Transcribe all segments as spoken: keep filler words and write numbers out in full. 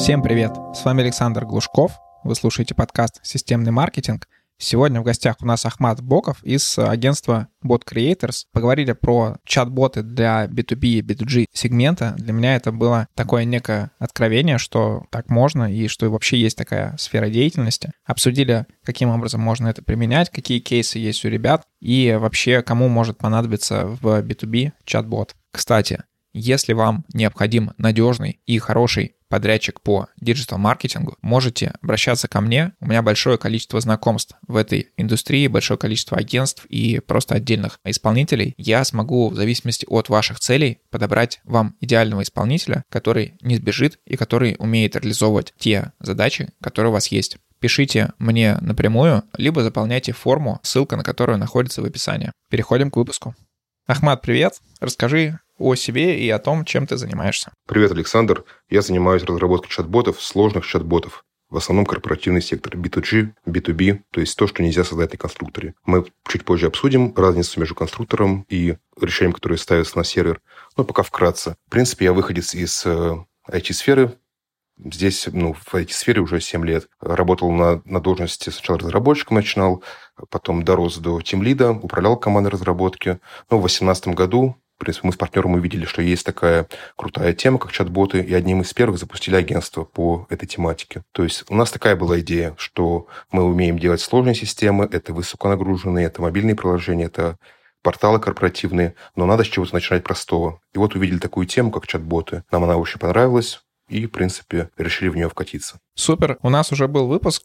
Всем привет! С вами Александр Глушков. Вы слушаете подкаст «Системный маркетинг». Сегодня в гостях у нас Ахмат Боков из агентства Bot Creators. Поговорили про чат-боты для би ту би и би ту джи сегмента. Для меня это было такое некое откровение, что так можно и что вообще есть такая сфера деятельности. Обсудили, каким образом можно это применять, какие кейсы есть у ребят и вообще кому может понадобиться в би ту би чат-бот. Кстати, если вам необходим надежный и хороший подрядчик по диджитал-маркетингу, можете обращаться ко мне. У меня большое количество знакомств в этой индустрии, большое количество агентств и просто отдельных исполнителей. Я смогу, в зависимости от ваших целей, подобрать вам идеального исполнителя, который не сбежит и который умеет реализовывать те задачи, которые у вас есть. Пишите мне напрямую, либо заполняйте форму, ссылка на которую находится в описании. Переходим к выпуску. Ахмат, привет. Расскажи о себе и о том, чем ты занимаешься. Привет, Александр. Я занимаюсь разработкой чат-ботов, сложных чат-ботов. В основном корпоративный сектор би ту джи, би ту би, то есть то, что нельзя создать на конструкторе. Мы чуть позже обсудим разницу между конструктором и решением, которое ставится на сервер. Но пока вкратце. В принципе, я выходец из ай ти-сферы. Здесь, ну, в ай ти-сфере уже семь лет. Работал на, на должности, сначала разработчиком начинал, потом дорос до тимлида, управлял командой разработки. Но в две тысячи восемнадцатом году, в принципе, мы с партнером увидели, что есть такая крутая тема, как чат-боты, и одним из первых запустили агентство по этой тематике. То есть у нас такая была идея, что мы умеем делать сложные системы, это высоконагруженные, это мобильные приложения, это порталы корпоративные, но надо с чего-то начинать простого. И вот увидели такую тему, как чат-боты. Нам она очень понравилась. И, в принципе, решили в нее вкатиться. Супер. У нас уже был выпуск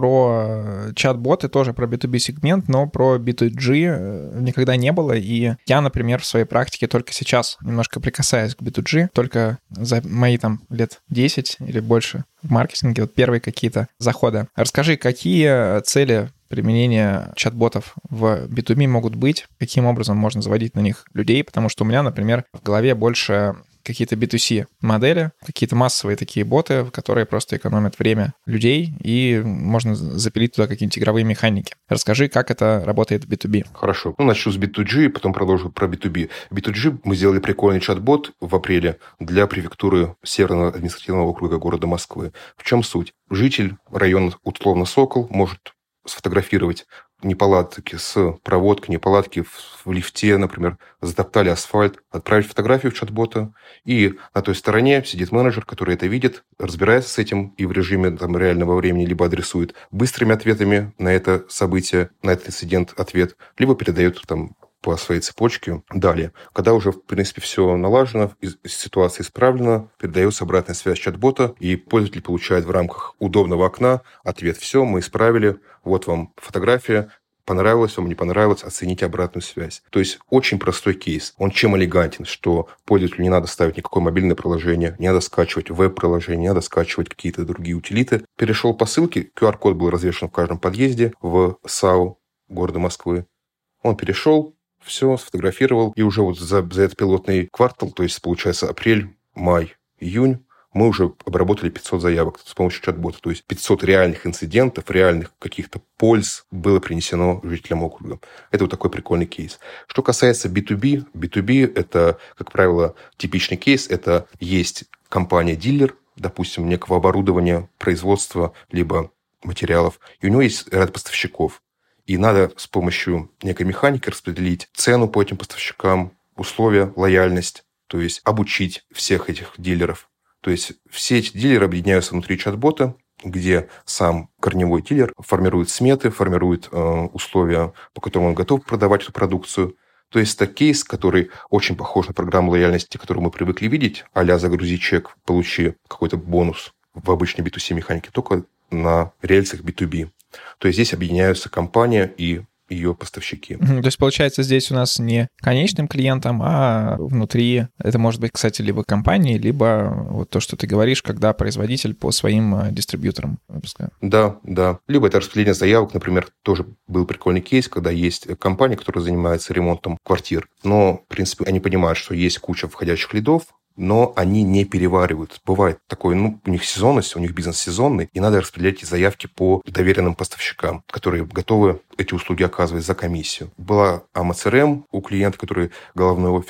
про чат-боты, тоже про би ту би сегмент, но про би ту джи никогда не было. И я, например, в своей практике только сейчас немножко прикасаюсь к би ту джи, только за мои там лет десять или больше в маркетинге, вот первые какие-то заходы. Расскажи, какие цели применения чат-ботов в би ту би могут быть, каким образом можно заводить на них людей, потому что у меня, например, в голове больше какие-то би ту си модели, какие-то массовые такие боты, которые просто экономят время людей, и можно запилить туда какие-нибудь игровые механики. Расскажи, как это работает в би ту би. Хорошо. Ну, начну с би ту джи, потом продолжу про би ту би. В би ту джи мы сделали прикольный чат-бот в апреле для префектуры Северного административного округа города Москвы. В чем суть? Житель района, условно, Сокол, может сфотографировать неполадки с проводкой, неполадки в лифте, например, затоптали асфальт, отправить фотографию в чат-бота, и на той стороне сидит менеджер, который это видит, разбирается с этим и в режиме там, реального времени либо адресует быстрыми ответами на это событие, на этот инцидент ответ, либо передает там по своей цепочке. Далее, когда уже, в принципе, все налажено, ситуация исправлена, передается обратная связь чат-бота, и пользователь получает в рамках удобного окна ответ: «Все, мы исправили, вот вам фотография, понравилось вам, не понравилось, оцените обратную связь». То есть очень простой кейс. Он чем элегантен, что пользователю не надо ставить никакое мобильное приложение, не надо скачивать веб-приложение, не надо скачивать какие-то другие утилиты. Перешел по ссылке, ку ар код был развешен в каждом подъезде в САУ города Москвы. Он перешел, все, сфотографировал, и уже вот за, за этот пилотный квартал, то есть, получается, апрель, май, июнь, мы уже обработали пятьсот заявок с помощью чат-бота. То есть пятьсот реальных инцидентов, реальных каких-то польз было принесено жителям округа. Это вот такой прикольный кейс. Что касается би ту би, би ту би – это, как правило, типичный кейс. Это есть компания-дилер, допустим, некого оборудования, производства, либо материалов, и у него есть ряд поставщиков. И надо с помощью некой механики распределить цену по этим поставщикам, условия, лояльность, то есть обучить всех этих дилеров. То есть все эти дилеры объединяются внутри чат-бота, где сам корневой дилер формирует сметы, формирует э, условия, по которым он готов продавать эту продукцию. То есть это кейс, который очень похож на программу лояльности, которую мы привыкли видеть, а-ля загрузи чек, получи какой-то бонус в обычной би ту си механике, только на рельсах би ту би. То есть здесь объединяются компания и ее поставщики. То есть, получается, здесь у нас не конечным клиентом, а внутри это может быть, кстати, либо компании, либо вот то, что ты говоришь, когда производитель по своим дистрибьюторам выпускает. Да, да. Либо это распределение заявок, например, тоже был прикольный кейс, когда есть компания, которая занимается ремонтом квартир, но, в принципе, они понимают, что есть куча входящих лидов, но они не переваривают. Бывает такое, ну, у них сезонность, у них бизнес сезонный, и надо распределять эти заявки по доверенным поставщикам, которые готовы эти услуги оказывать за комиссию. Была эй эм эс эр эм у клиента, который головной офис,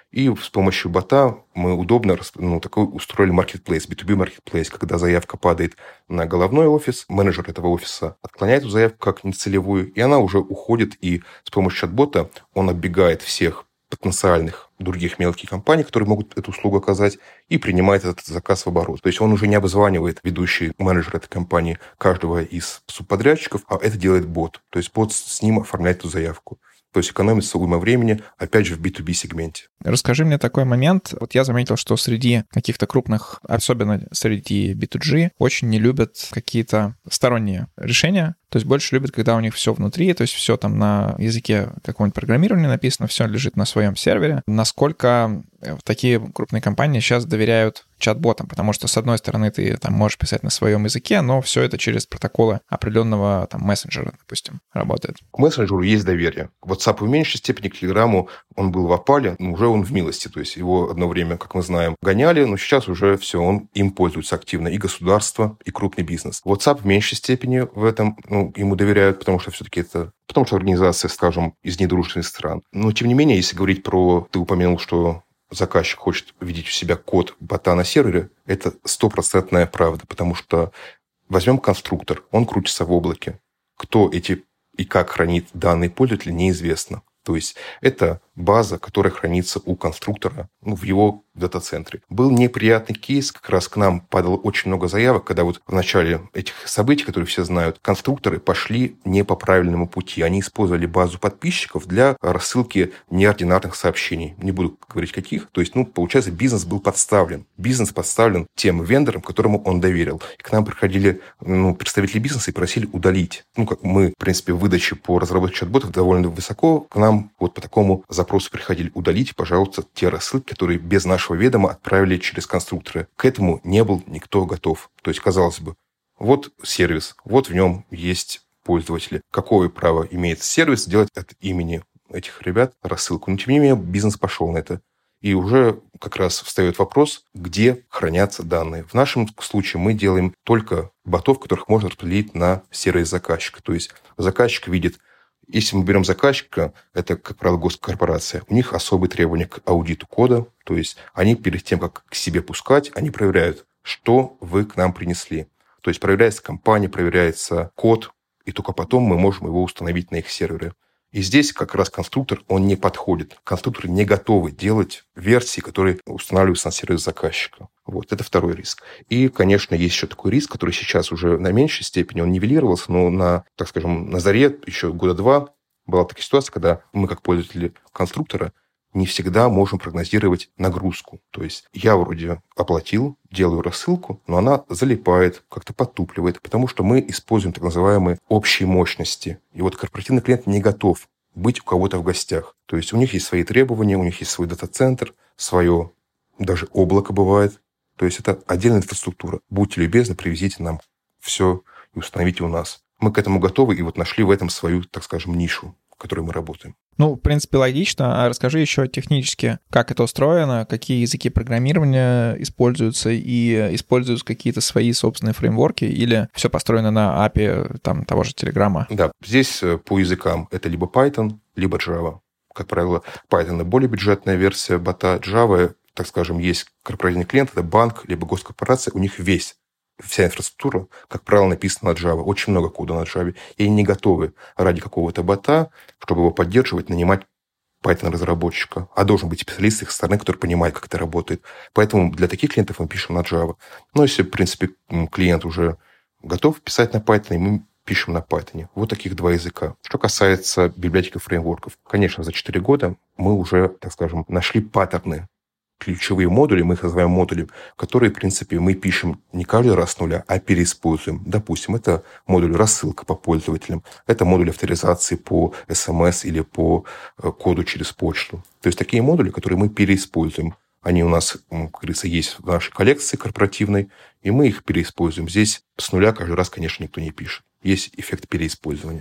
И с помощью бота мы удобно ну, такой устроили marketplace, би ту би marketplace, когда заявка падает на головной офис, менеджер этого офиса отклоняет эту заявку как нецелевую, и она уже уходит, и с помощью чат-бота он оббегает всех потенциальных других мелких компаний, которые могут эту услугу оказать, и принимает этот заказ в оборот. То есть он уже не обзванивает ведущий менеджер этой компании каждого из субподрядчиков, а это делает бот. То есть бот с ним оформляет эту заявку. То есть экономится уйма времени, опять же, в би ту би сегменте. Расскажи мне такой момент. Вот я заметил, что среди каких-то крупных, особенно среди би ту джи, очень не любят какие-то сторонние решения. То есть больше любят, когда у них все внутри, то есть все там на языке какого-нибудь программирования написано, все лежит на своем сервере. Насколько такие крупные компании сейчас доверяют чат-ботам? Потому что, с одной стороны, ты там можешь писать на своем языке, но все это через протоколы определенного там мессенджера, допустим, работает. К мессенджеру есть доверие. К WhatsApp в меньшей степени, к Телеграму он был в опале, но уже он в милости. То есть его одно время, как мы знаем, гоняли, но сейчас уже все, он им пользуется активно. И государство, и крупный бизнес. WhatsApp в меньшей степени в этом ну, ему доверяют, потому что все-таки это... Потому что организация, скажем, из недружественных стран. Но, тем не менее, если говорить про... Ты упомянул, что заказчик хочет видеть у себя код бота на сервере, это стопроцентная правда, потому что возьмем конструктор, он крутится в облаке. Кто эти и как хранит данные пользователя, неизвестно. То есть это база, которая хранится у конструктора ну, в его дата-центре. Был неприятный кейс, как раз к нам падало очень много заявок, когда вот в начале этих событий, которые все знают, конструкторы пошли не по правильному пути. Они использовали базу подписчиков для рассылки неординарных сообщений. Не буду говорить каких. То есть, ну, получается, бизнес был подставлен. Бизнес подставлен тем вендором, которому он доверил. И к нам приходили ну, представители бизнеса и просили удалить. Ну, как мы, в принципе, в выдаче по разработке чат-ботов довольно высоко. К нам вот по такому запросу приходили удалить, пожалуйста, те рассылки, которые без нашего ведома отправили через конструкторы. К этому не был никто готов. То есть, казалось бы, вот сервис, вот в нем есть пользователи. Какое право имеет сервис делать от имени этих ребят рассылку? Но, тем не менее, бизнес пошел на это. И уже как раз встает вопрос, где хранятся данные. В нашем случае мы делаем только ботов, которых можно распределить на сервис заказчика. То есть заказчик видит, если мы берем заказчика, это, как правило, госкорпорация, у них особые требования к аудиту кода. То есть они перед тем, как к себе пускать, они проверяют, что вы к нам принесли. То есть проверяется компания, проверяется код, и только потом мы можем его установить на их сервере. И здесь как раз конструктор, он не подходит. Конструкторы не готовы делать версии, которые устанавливаются на сервис заказчика. Вот, это второй риск. И, конечно, есть еще такой риск, который сейчас уже на меньшей степени, он нивелировался, но на, так скажем, на заре еще года два была такая ситуация, когда мы, как пользователи конструктора, не всегда можем прогнозировать нагрузку. То есть я вроде оплатил, делаю рассылку, но она залипает, как-то подтупливает, потому что мы используем так называемые общие мощности. И вот корпоративный клиент не готов быть у кого-то в гостях. То есть у них есть свои требования, у них есть свой дата-центр, свое даже облако бывает. То есть это отдельная инфраструктура. Будьте любезны, привезите нам все и установите у нас. Мы к этому готовы и вот нашли в этом свою, так скажем, нишу, в которой мы работаем. Ну, в принципе, логично. А расскажи еще технически, как это устроено, какие языки программирования используются и используются какие-то свои собственные фреймворки или все построено на эй пи ай там, того же Телеграма? Да, здесь по языкам это либо Python, либо Java. Как правило, Python — более бюджетная версия бота. Java, так скажем, есть корпоративный клиент, это банк, либо госкорпорация, у них весь Вся инфраструктура, как правило, написана на Java. Очень много кода на Java. И они не готовы ради какого-то бота, чтобы его поддерживать, нанимать Python-разработчика. А должен быть специалист с их стороны, который понимает, как это работает. Поэтому для таких клиентов мы пишем на Java. Но если, в принципе, клиент уже готов писать на Python, мы пишем на Python. Вот таких два языка. Что касается библиотек и фреймворков. Конечно, за четыре года мы уже, так скажем, нашли паттерны, ключевые модули, мы их называем модули, которые, в принципе, мы пишем не каждый раз с нуля, а переиспользуем. Допустим, это модуль рассылка по пользователям, это модуль авторизации по эс эм эс или по коду через почту. То есть такие модули, которые мы переиспользуем. Они у нас, как говорится, есть в нашей коллекции корпоративной, и мы их переиспользуем. Здесь с нуля каждый раз, конечно, никто не пишет. Есть эффект переиспользования.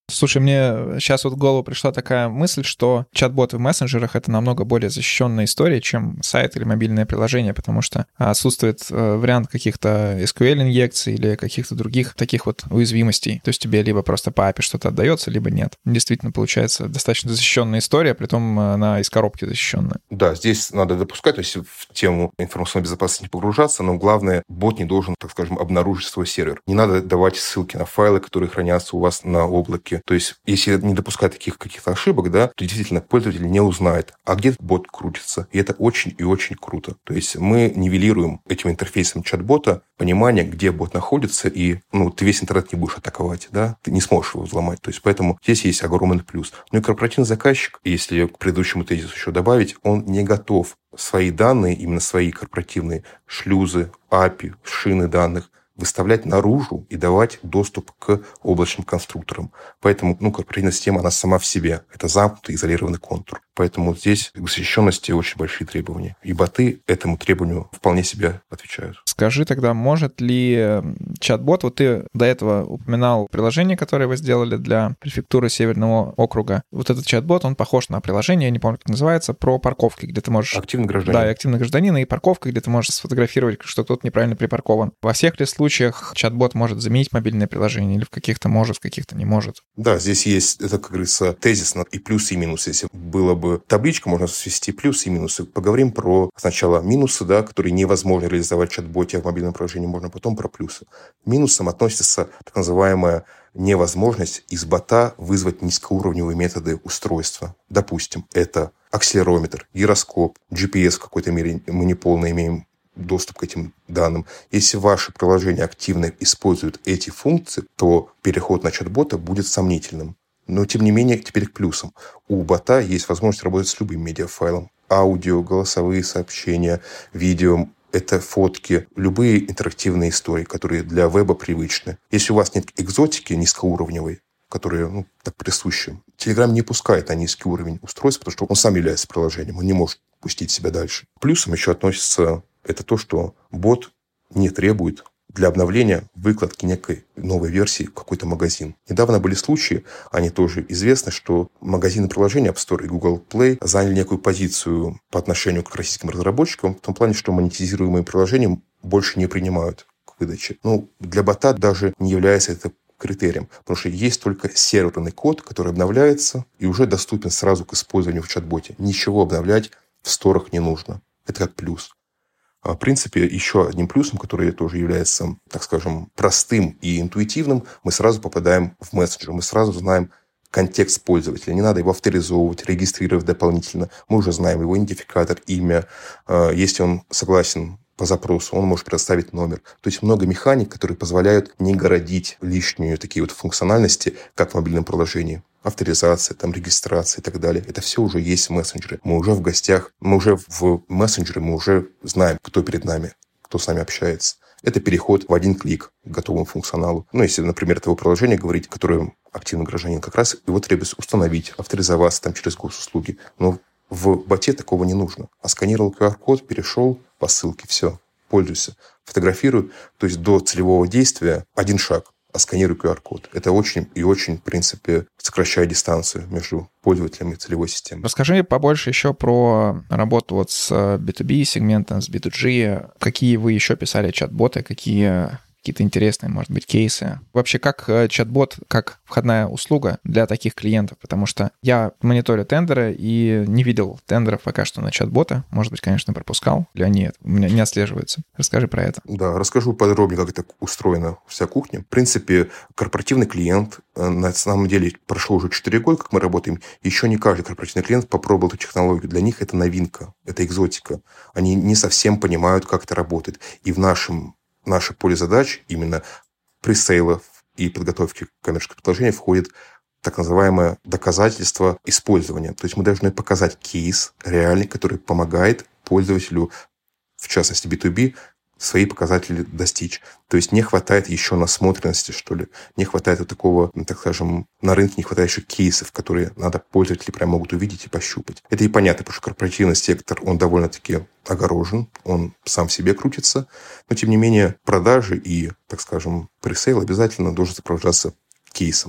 Слушай, мне сейчас вот в голову пришла такая мысль, что чат-боты в мессенджерах — это намного более защищенная история, чем сайт или мобильное приложение, потому что отсутствует вариант каких-то эс ку эль-инъекций или каких-то других таких вот уязвимостей. То есть тебе либо просто по эй пи ай что-то отдается, либо нет. Действительно, получается достаточно защищенная история, притом она из коробки защищенная. Да, здесь надо допускать, то есть в тему информационной безопасности не погружаться, но главное, бот не должен, так скажем, обнаружить свой сервер. Не надо давать ссылки на файлы, которые хранятся у вас на облаке. То есть, если не допускать таких каких-то ошибок, да, то действительно пользователь не узнает, а где этот бот крутится. И это очень и очень круто. То есть, мы нивелируем этим интерфейсом чат-бота понимание, где бот находится, и ну, ты весь интернет не будешь атаковать, да, ты не сможешь его взломать. То есть, поэтому здесь есть огромный плюс. Ну и корпоративный заказчик, если к предыдущему тезису еще добавить, он не готов свои данные, именно свои корпоративные шлюзы, эй пи ай, шины данных, выставлять наружу и давать доступ к облачным конструкторам. Поэтому ну, корпоративная система, она сама в себе. Это замкнутый, изолированный контур. Поэтому здесь к защищенности очень большие требования. И боты этому требованию вполне себе отвечают. Скажи тогда, может ли чат-бот, вот ты до этого упоминал приложение, которое вы сделали для префектуры Северного округа. Вот этот чат-бот, он похож на приложение, я не помню, как называется, про парковки, где ты можешь... Активный гражданин. Да, и активный гражданин, и парковка, где ты можешь сфотографировать, что кто-то неправильно припаркован. Во всех ли случаях чат-бот может заменить мобильное приложение или в каких-то может, в каких-то не может? Да, здесь есть, это, как говорится, тезисно и плюсы, и минусы. Если было бы табличка, можно свести плюсы и минусы. Поговорим про сначала минусы, да, которые невозможно реализовать в чат-боте, а в мобильном приложении можно, потом про плюсы. Минусом относится так называемая невозможность из бота вызвать низкоуровневые методы устройства. Допустим, это акселерометр, гироскоп, джи пи эс в какой-то мере мы неполно имеем доступ к этим данным. Если ваше приложение активно использует эти функции, то переход на чат-бота будет сомнительным. Но, тем не менее, теперь к плюсам. У бота есть возможность работать с любым медиафайлом. Аудио, голосовые сообщения, видео, это фотки, любые интерактивные истории, которые для веба привычны. Если у вас нет экзотики низкоуровневой, которые ну, так присущи, Telegram не пускает на низкий уровень устройства, потому что он сам является приложением, он не может пустить себя дальше. Плюсом еще относится это то, что бот не требует для обновления выкладки некой новой версии в какой-то магазин. Недавно были случаи, они тоже известны, что магазины приложений App Store и Google Play заняли некую позицию по отношению к российским разработчикам в том плане, что монетизируемые приложения больше не принимают к выдаче. Ну, для бота даже не является это критерием, потому что есть только серверный код, который обновляется и уже доступен сразу к использованию в чат-боте. Ничего обновлять в сторах не нужно. Это как плюс. В принципе, еще одним плюсом, который тоже является, так скажем, простым и интуитивным, мы сразу попадаем в мессенджер, мы сразу знаем контекст пользователя. Не надо его авторизовывать, регистрировать дополнительно. Мы уже знаем его идентификатор, имя. Если он согласен по запросу, он может предоставить номер. То есть много механик, которые позволяют не городить лишнюю такие вот функциональности, как в мобильном приложении. Авторизация, там, регистрация и так далее. Это все уже есть в мессенджере. Мы уже в гостях, мы уже в мессенджере, мы уже знаем, кто перед нами, кто с нами общается. Это переход в один клик к готовому функционалу. Ну, если, например, этого приложения говорить, которое активный гражданин, как раз его требуется установить, авторизоваться там через госуслуги. Но в боте такого не нужно. А сканировал ку ар-код, перешел по ссылке, все, пользуйся. Фотографирую. То есть до целевого действия один шаг. А сканируй ку ар-код. Это очень и очень, в принципе, сокращает дистанцию между пользователями и целевой системой. Расскажи побольше еще про работу вот с би ту би сегментом, с би ту джи. Какие вы еще писали чат-боты, какие какие-то интересные, может быть, кейсы. Вообще, как чат-бот, как входная услуга для таких клиентов? Потому что я мониторю тендеры и не видел тендеров пока что на чат-бота. Может быть, конечно, пропускал, или они у меня не отслеживаются. Расскажи про это. Да, расскажу подробнее, как это устроена вся кухня. В принципе, корпоративный клиент, на самом деле, прошло уже четыре года, как мы работаем. Еще не каждый корпоративный клиент попробовал эту технологию. Для них это новинка, это экзотика. Они не совсем понимают, как это работает. И в нашем наше поле задач именно пресейлов и подготовки коммерческого предложения входит так называемое доказательство использования. То есть мы должны показать кейс реальный, который помогает пользователю, в частности би ту би, свои показатели достичь. То есть не хватает еще насмотренности, что ли. Не хватает вот такого, так скажем, на рынке не хватает еще кейсов, которые надо пользователи прям могут увидеть и пощупать. Это и понятно, потому что корпоративный сектор, он довольно-таки огорожен, он сам себе крутится. Но, тем не менее, продажи и, так скажем, пресейл обязательно должен сопровождаться кейсом.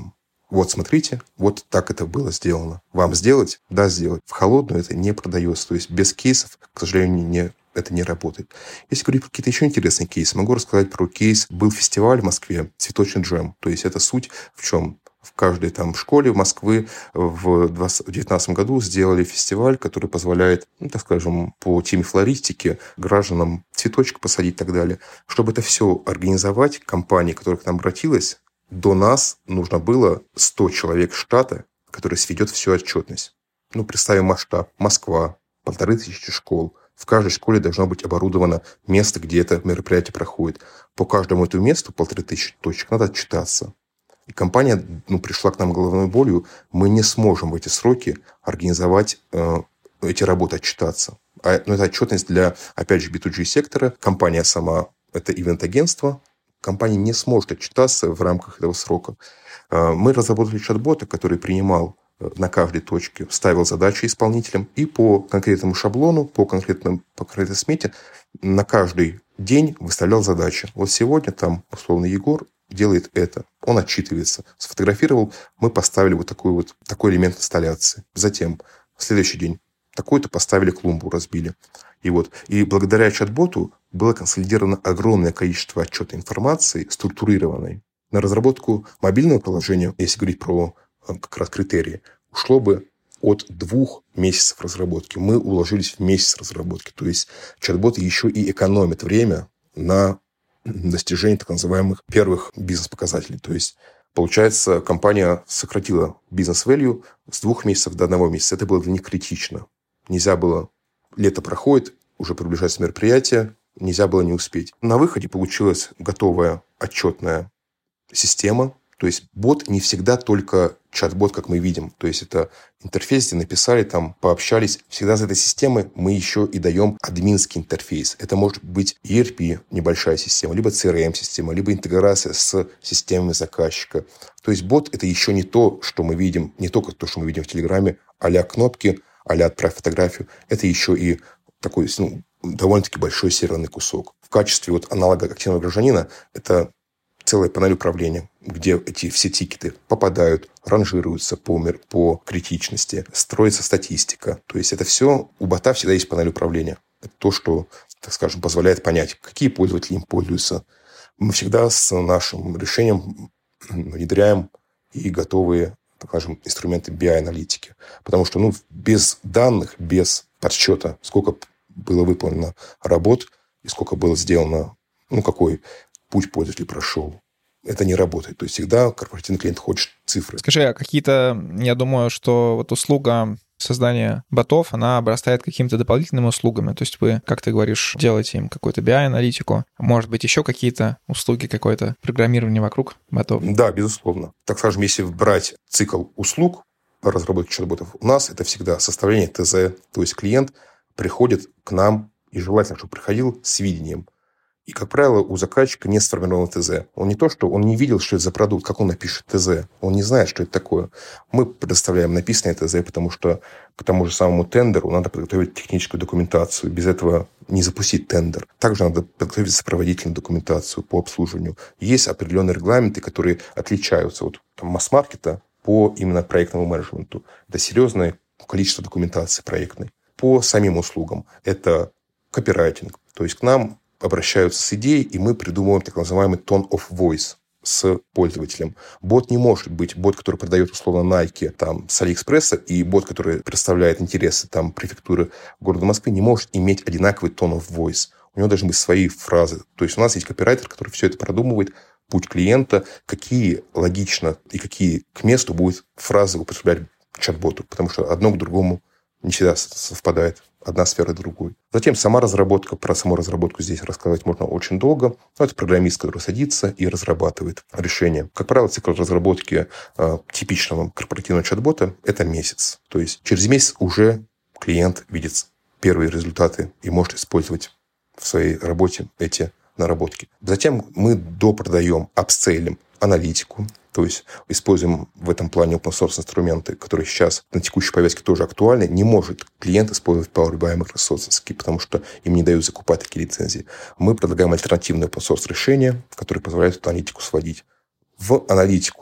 Вот, смотрите, вот так это было сделано. Вам сделать? Да, сделать. В холодную это не продается. То есть без кейсов, к сожалению, не, это не работает. Если говорить про какие-то еще интересные кейсы, могу рассказать про кейс. Был фестиваль в Москве «Цветочный джем». То есть это суть в чем? В каждой там школе в Москве в две тысячи девятнадцатом году сделали фестиваль, который позволяет, ну, так скажем, по теме флористики гражданам цветочек посадить и так далее. Чтобы это все организовать, компания, которая к нам обратилась, до нас нужно было сто человек штата, который сведет всю отчетность. Ну, представим масштаб. Москва, полторы тысячи школ. В каждой школе должно быть оборудовано место, где это мероприятие проходит. По каждому этому месту, полторы тысячи точек, надо отчитаться. И компания ну, пришла к нам головной болью. Мы не сможем в эти сроки организовать э, эти работы, отчитаться. А, ну, это отчетность для, опять же, би ту джи сектора. Компания сама, это ивент-агентство. Компания не сможет отчитаться в рамках этого срока. Э, мы разработали чат-бота, который принимал на каждой точке, ставил задачи исполнителям и по конкретному шаблону, по, конкретному, по конкретной смете на каждый день выставлял задачи. Вот сегодня там, условно, Егор делает это. Он отчитывается. Сфотографировал, мы поставили вот такой вот такой элемент инсталляции. Затем, в следующий день, такой-то поставили клумбу, разбили. И вот, и благодаря чат-боту было консолидировано огромное количество отчетной информации, структурированной. На разработку мобильного приложения, если говорить про как раз критерии, ушло бы от двух месяцев разработки. Мы уложились в месяц разработки. То есть чат-боты еще и экономят время на достижение так называемых первых бизнес-показателей. То есть, получается, компания сократила бизнес-value с двух месяцев до одного месяца. Это было для них критично. Нельзя было... Лето проходит, уже приближается мероприятие, нельзя было не успеть. На выходе получилась готовая отчетная система. То есть бот не всегда только чат-бот, как мы видим. То есть это интерфейс, где написали, там пообщались. Всегда за этой системой мы еще и даем админский интерфейс. Это может быть и эр пи, небольшая система, либо си эр эм-система, либо интеграция с системами заказчика. То есть бот – это еще не то, что мы видим, не только то, что мы видим в Телеграме, а-ля кнопки, а-ля отправь фотографию. Это еще и такой ну, довольно-таки большой серверный кусок. В качестве вот аналога активного гражданина это целая панель управления, где эти все тикеты попадают, ранжируются по, по критичности, строится статистика. То есть это все, у бота всегда есть панель управления. Это то, что, так скажем, позволяет понять, какие пользователи им пользуются. Мы всегда с нашим решением внедряем и готовые, так скажем, инструменты би ай-аналитики. Потому что ну, без данных, без подсчета, сколько было выполнено работ и сколько было сделано, ну, какой путь пользователь прошел. Это не работает. То есть всегда корпоративный клиент хочет цифры. Скажи, а какие-то, я думаю, что вот услуга создания ботов, она обрастает какими-то дополнительными услугами. То есть вы, как ты говоришь, делаете им какую-то би ай-аналитику. Может быть, еще какие-то услуги, какое-то программирование вокруг ботов? Да, безусловно. Так скажем, если брать цикл услуг по разработке чат-ботов, у нас это всегда составление тэ зэ. То есть клиент приходит к нам, и желательно, чтобы приходил с видением. И, как правило, у заказчика не сформировано тэ зэ. Он не то, что он не видел, что это за продукт, как он напишет тэ зэ. Он не знает, что это такое. Мы предоставляем написанное тэ зэ, потому что к тому же самому тендеру надо подготовить техническую документацию. Без этого не запустить тендер. Также надо подготовить сопроводительную документацию по обслуживанию. Есть определенные регламенты, которые отличаются от масс-маркета по именно проектному менеджменту. Это серьезное количество документации проектной. По самим услугам это копирайтинг. То есть к нам обращаются с идеей, и мы придумываем так называемый tone of voice с пользователем. Бот не может быть бот, который продает условно Nike там, с Алиэкспресса, и бот, который представляет интересы там, префектуры города Москвы, не может иметь одинаковый tone of voice. У него должны быть свои фразы. То есть у нас есть копирайтер, который все это продумывает, путь клиента, какие логично и какие к месту будет фразы употреблять чат-боту, потому что одно к другому не всегда совпадает. Одна сфера другой. Затем сама разработка. Про саму разработку здесь рассказать можно очень долго. Но это программист, который садится и разрабатывает решение. Как правило, цикл разработки э, типичного корпоративного чат-бота – это месяц. То есть через месяц уже клиент видит первые результаты и может использовать в своей работе эти наработки. Затем мы допродаем, апсейлим аналитику. То есть используем в этом плане open-source инструменты, которые сейчас на текущей повестке тоже актуальны. Не может клиент использовать Power би ай и Microsoft, потому что им не дают закупать такие лицензии. Мы предлагаем альтернативные open-source решения, которые позволяют эту аналитику сводить. В аналитику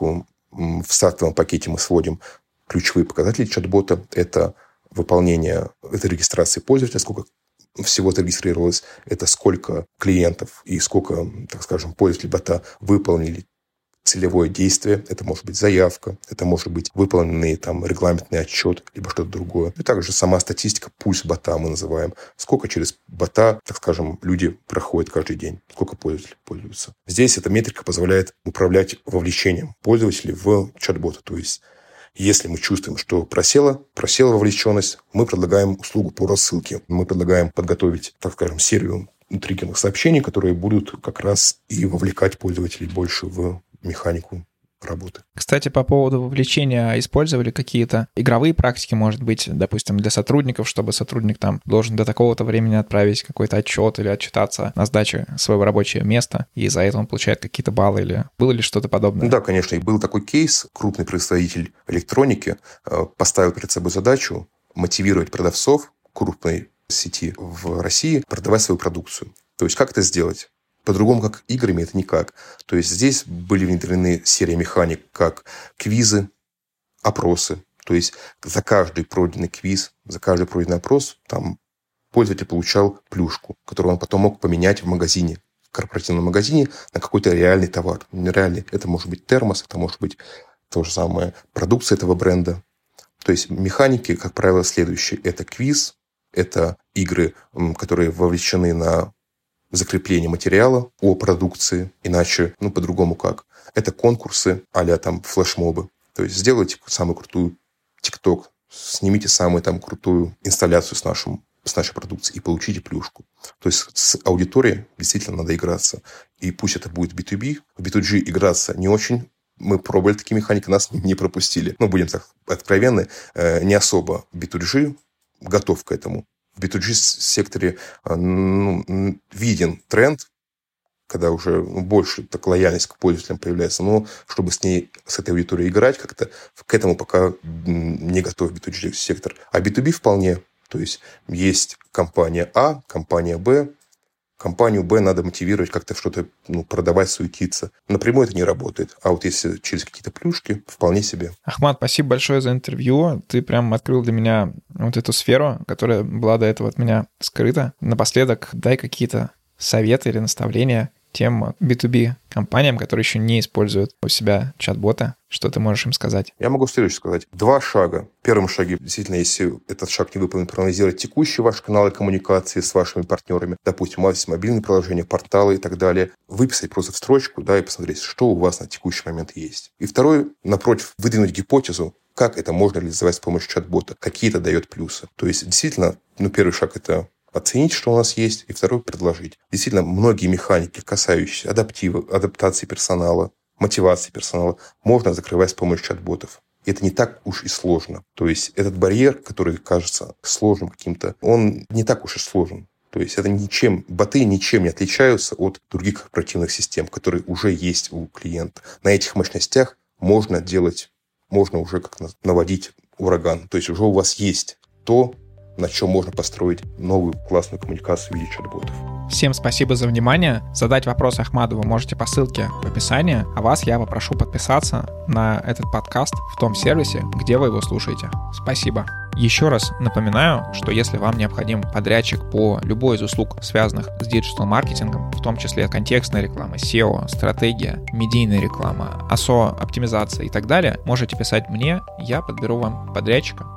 В стартовом пакете мы сводим ключевые показатели чат-бота. Это выполнение, это регистрация пользователя, сколько всего зарегистрировалось, это сколько клиентов и сколько, так скажем, пользователей бота выполнили целевое действие. Это может быть заявка, это может быть выполненный там регламентный отчет, либо что-то другое. И также сама статистика, пульс бота мы называем. Сколько через бота, так скажем, люди проходят каждый день, сколько пользователей пользуются. Здесь эта метрика позволяет управлять вовлечением пользователей в чат-бота. То есть, если мы чувствуем, что просела, просела вовлеченность, мы предлагаем услугу по рассылке. Мы предлагаем подготовить, так скажем, серию триггерных сообщений, которые будут как раз и вовлекать пользователей больше в механику работы. Кстати, по поводу вовлечения, использовали какие-то игровые практики, может быть, допустим, для сотрудников, чтобы сотрудник там должен до такого-то времени отправить какой-то отчет или отчитаться на сдаче своего рабочего места, и за это он получает какие-то баллы, или было ли что-то подобное? Да, конечно, и был такой кейс. Крупный производитель электроники поставил перед собой задачу мотивировать продавцов крупной сети в России продавать свою продукцию. То есть, как это сделать? По-другому, как играми, это никак. То есть, здесь были внедрены серии механик, как квизы, опросы. То есть, за каждый пройденный квиз, за каждый пройденный опрос, там пользователь получал плюшку, которую он потом мог поменять в магазине, в корпоративном магазине на какой-то реальный товар. Реальный. Это может быть термос, это может быть то же самое продукция этого бренда. То есть, механики, как правило, следующие. Это квиз, это игры, которые вовлечены на закрепление материала о продукции, иначе, ну, по-другому как. Это конкурсы а-ля там флешмобы. То есть сделайте самую крутую TikTok, снимите самую там крутую инсталляцию с, нашим, с нашей продукцией и получите плюшку. То есть с аудиторией действительно надо играться. И пусть это будет би ту би, в би ту джи играться не очень. Мы пробовали такие механики, нас не пропустили. Ну, будем так откровенны, не особо би ту джи готов к этому. В би ту джи-секторе ну, виден тренд, когда уже ну, больше так, лояльность к пользователям появляется, но чтобы с ней, с этой аудиторией играть, как-то к этому пока не готов би ту джи-сектор. А би ту би вполне. То есть, есть компания А, компания Б. Компанию Б надо мотивировать, как-то что-то ну, продавать, суетиться. Напрямую это не работает. А вот если через какие-то плюшки, вполне себе. Ахмат, спасибо большое за интервью. Ты прям открыл для меня вот эту сферу, которая была до этого от меня скрыта. Напоследок дай какие-то советы или наставления тем би ту би компаниям, которые еще не используют у себя чат-бота. Что ты можешь им сказать? Я могу следующее сказать. Два шага. В первом шаге, действительно, если этот шаг не выполнен, проанализировать текущие ваши каналы коммуникации с вашими партнерами. Допустим, у вас есть мобильные приложения, порталы и так далее. Выписать просто в строчку, да, и посмотреть, что у вас на текущий момент есть. И второй, напротив, выдвинуть гипотезу, как это можно реализовать с помощью чат-бота, какие это дает плюсы. То есть, действительно, ну, первый шаг – это оценить, что у нас есть, и второй – предложить. Действительно, многие механики, касающиеся адаптива, адаптации персонала, мотивации персонала, можно закрывать с помощью чат-ботов. И это не так уж и сложно. То есть, этот барьер, который кажется сложным каким-то, он не так уж и сложен. То есть, это ничем, боты ничем не отличаются от других корпоративных систем, которые уже есть у клиента. На этих мощностях можно делать, можно уже как наводить ураган. То есть, уже у вас есть то, на чем можно построить новую классную коммуникацию в виде чат-ботов. Всем спасибо за внимание. Задать вопрос Ахмаду вы можете по ссылке в описании, а вас я попрошу подписаться на этот подкаст в том сервисе, где вы его слушаете. Спасибо. Еще раз напоминаю, что если вам необходим подрядчик по любой из услуг, связанных с диджитал-маркетингом, в том числе контекстная реклама, сео, стратегия, медийная реклама, эй эс о, оптимизация и так далее, можете писать мне, я подберу вам подрядчика.